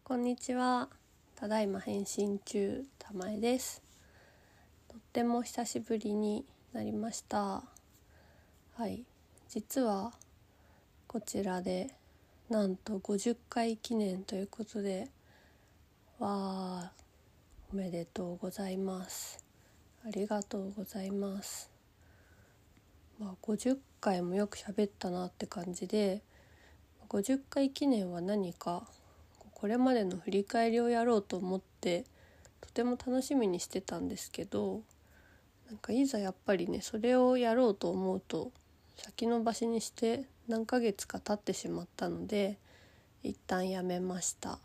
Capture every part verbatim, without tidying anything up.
こんにちは。ただいま返信中、たまえです。とっても久しぶりになりました。はい、実はこちらでなんとごじゅっかい記念ということで、わー、おめでとうございます。ありがとうございます。まあ、ごじゅっかいもよく喋ったなって感じで、ごじゅっかい記念は何かこれまでの振り返りをやろうと思ってとても楽しみにしてたんですけど、なんかいざやっぱりねそれをやろうと思うと先延ばしにして何ヶ月か経ってしまったので一旦やめました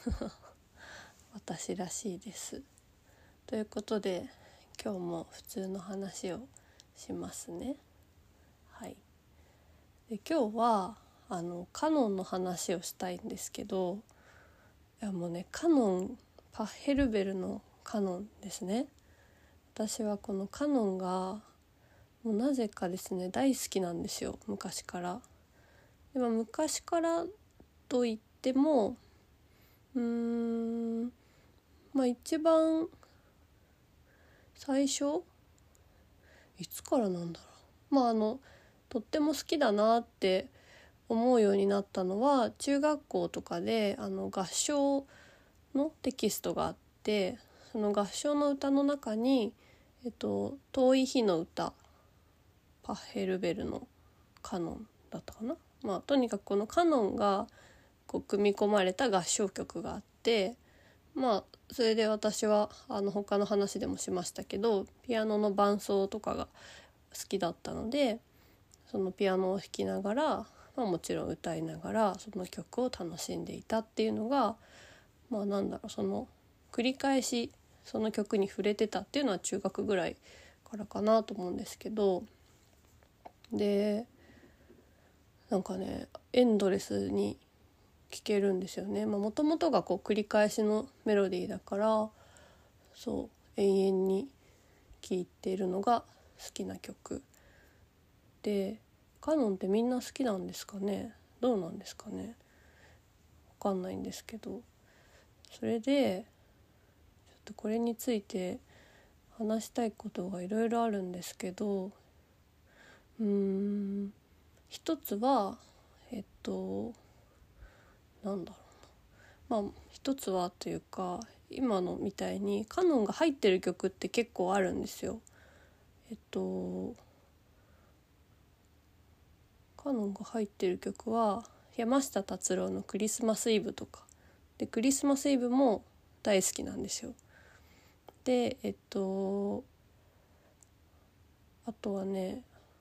私らしいです。ということで今日も普通の話をしますね。はい。で今日はあのカノンの話をしたいんですけど、いやもうねカノンパッヘルベルのカノンですね。私はこのカノンがもうなぜかですね大好きなんですよ、昔から。でも昔からと言ってもうーんまあ一番最初いつからなんだろう、まああのとっても好きだなって思うようになったのは中学校とかであの合唱のテキストがあって、その合唱の歌の中に、えっと、遠い日の歌、パッヘルベルのカノンだったかな。まあとにかくこのカノンがこう組み込まれた合唱曲があって、まあそれで私はあの他の話でもしましたけどピアノの伴奏とかが好きだったので、そのピアノを弾きながら、まあ、もちろん歌いながらその曲を楽しんでいたっていうのが、まあなんだろう、その繰り返しその曲に触れてたっていうのは中学ぐらいからかなと思うんですけど、でなんかねエンドレスに聴けるんですよね。もともとがこう繰り返しのメロディーだから、そう永遠に聴いているのが好きな曲で、カノンってみんな好きなんですかね、どうなんですかね、わかんないんですけど、それでちょっとこれについて話したいことがいろいろあるんですけど、うーん一つはえっとなんだろうな、まあ一つはというか今のみたいにカノンが入ってる曲って結構あるんですよ。えっとカノンが入ってる曲は山下達郎のクリスマスイブとかで、クリスマスイブも大好きなんですよ。でえっとあとはね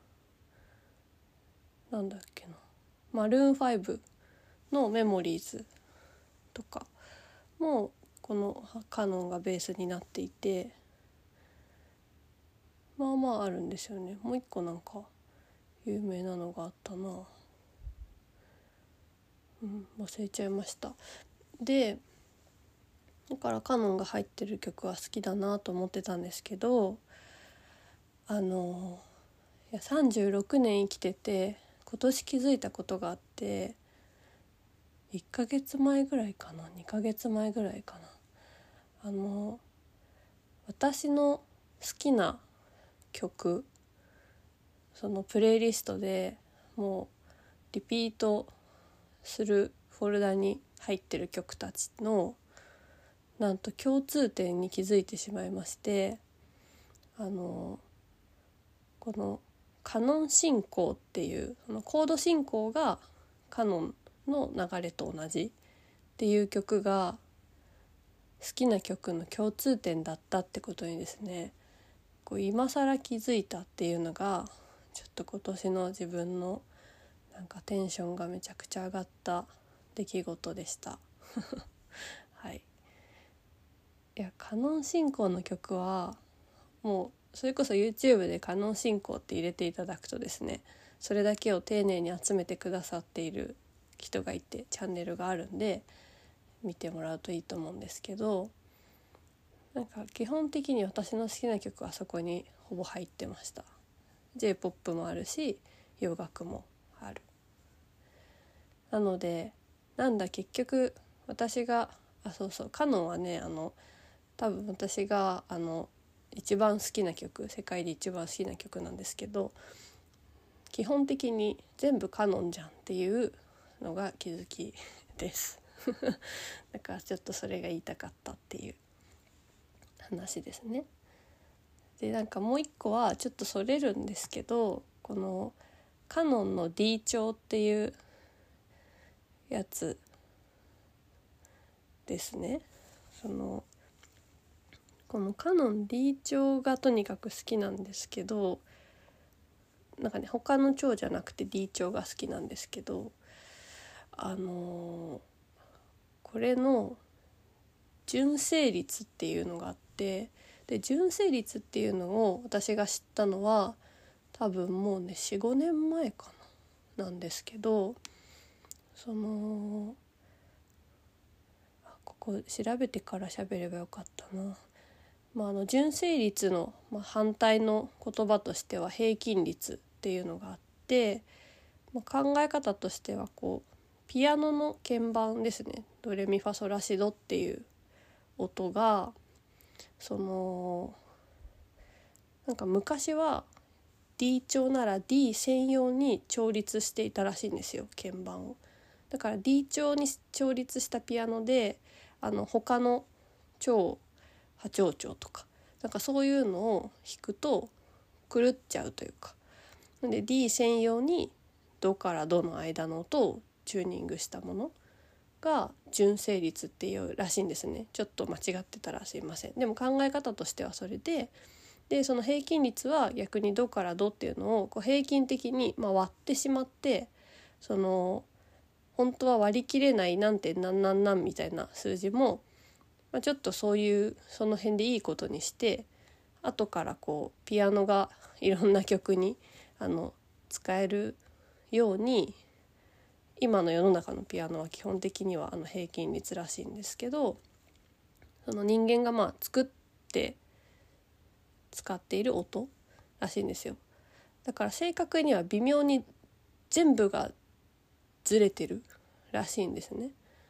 なんだっけな、マルーンファイブのメモリーズとかもこのカノンがベースになっていて、まあまああるんですよね。もう一個なんか有名なのがあったな、うん、忘れちゃいました。でだからカノンが入ってる曲は好きだなと思ってたんですけど、あのいやさんじゅうろくねん生きてて今年気づいたことがあって、いっかげつまえぐらいかなにかげつまえぐらいかな、あの私の好きな曲、そのプレイリストでもうリピートするフォルダに入ってる曲たちのなんと共通点に気づいてしまいまして、あのこのカノン進行っていうそのコード進行がカノンの流れと同じっていう曲が好きな曲の共通点だったってことにですね、こう今更気づいたっていうのがちょっと今年の自分のなんかテンションがめちゃくちゃ上がった出来事でしたはい。いやカノン進行の曲はもうそれこそ YouTube でカノン進行って入れていただくとですね、それだけを丁寧に集めてくださっている人がいてチャンネルがあるんで見てもらうといいと思うんですけど、なんか基本的に私の好きな曲はそこにほぼ入ってました。 J-ポップ もあるし洋楽もある。なのでなんだ結局私があそうそうカノンはねあの多分私があの一番好きな曲、世界で一番好きな曲なんですけど、基本的に全部カノンじゃんっていうのが気づきですだからちょっとそれが言いたかったっていう話ですね。でなんかもう一個はちょっとそれるんですけど、このカノンの D 調っていうやつですね。そのこのカノン D 調がとにかく好きなんですけど、なんかね他の調じゃなくて D 調が好きなんですけど、あのー、これの純正率っていうのがあって、で純正率っていうのを私が知ったのは多分もうね よん,ご 年前かななんですけど、そのここ調べてから喋ればよかったな。まあ、あの純正率の、まあ、反対の言葉としては平均率っていうのがあって、まあ、考え方としてはこうピアノの鍵盤ですね、ドレミファソラシドっていう音がそのなんか昔は D 調なら D 専用に調律していたらしいんですよ、鍵盤を。だから D 調に調律したピアノであの他の調波長長とかなんかそういうのを弾くと狂っちゃうというか、なので D 専用にドからドの間の音をチューニングしたものが純正率っていうらしいんですね。ちょっと間違ってたらすいません。でも考え方としてはそれで、でその平均率は逆にドからドっていうのをこう平均的にまあ割ってしまって、その本当は割り切れない何点何何何みたいな数字も、まあ、ちょっとそういうその辺でいいことにして、後からこうピアノがいろんな曲にあの使えるように、今の世の中のピアノは基本的にはあの平均率らしいんですけど、その人間がまあ作って使っている音らしいんですよ。だから正確には微妙に全部がずれてるらしいんですね。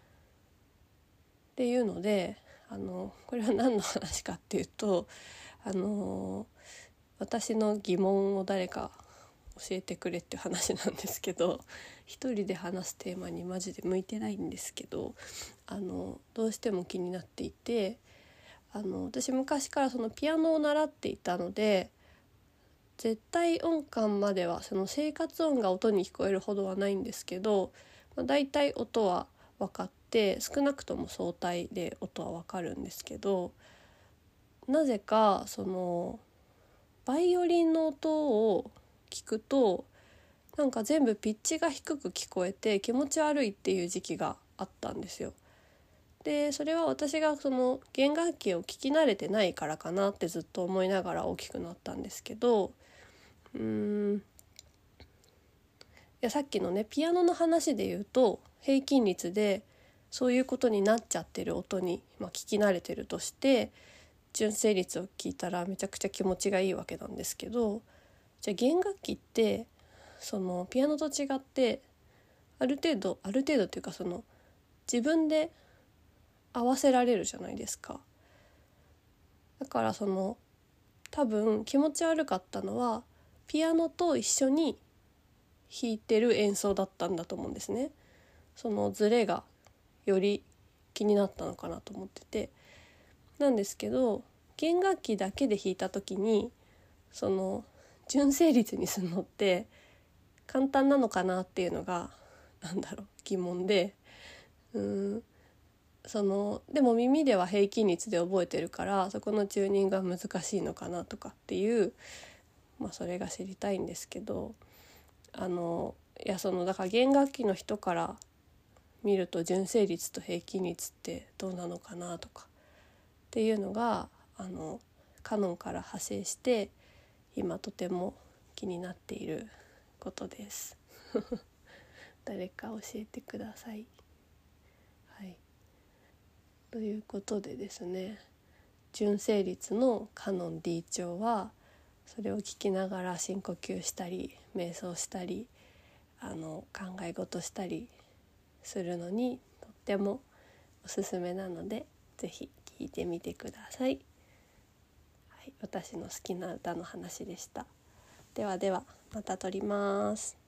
っていうので、あのこれは何の話かっていうと、あの私の疑問を誰か教えてくれっていう話なんですけど、一人で話すテーマにマジで向いてないんですけど、あのどうしても気になっていて、あの私昔からそのピアノを習っていたので、絶対音感まではその生活音が音に聞こえるほどはないんですけど、まあ、だいたい音は分かって、少なくとも相対で音は分かるんですけど、なぜかそのバイオリンの音を聞くとなんか全部ピッチが低く聞こえて気持ち悪いっていう時期があったんですよ。でそれは私がその弦楽器を聴き慣れてないからかなってずっと思いながら大きくなったんですけど、うーんいやさっきのねピアノの話で言うと、平均率でそういうことになっちゃってる音に、まあ、聞き慣れてるとして、純正率を聞いたらめちゃくちゃ気持ちがいいわけなんですけど、じゃあ弦楽器ってそのピアノと違ってある程度ある程度っていうかその自分で合わせられるじゃないですか。だからその多分気持ち悪かったのはピアノと一緒に弾いてる演奏だったんだと思うんですね。そのズレがより気になったのかなと思ってて、なんですけど弦楽器だけで弾いた時にその純正率にするのって簡単なのかなっていうのがなんだろう疑問で、うーんそのでも耳では平均率で覚えてるからそこのチューニングが難しいのかなとかっていう、まあ、それが知りたいんですけど、あのいやそのだから弦楽器の人から見ると純正率と平均率ってどうなのかなとかっていうのがあのカノンから派生して今とても気になっていることです誰か教えてください。はい、ということでですね、純正率のカノン D 調はそれを聞きながら深呼吸したり瞑想したりあの考え事したりするのにとってもおすすめなのでぜひ聴いてみてください。はい、私の好きな歌の話でした。ではではまた撮ります。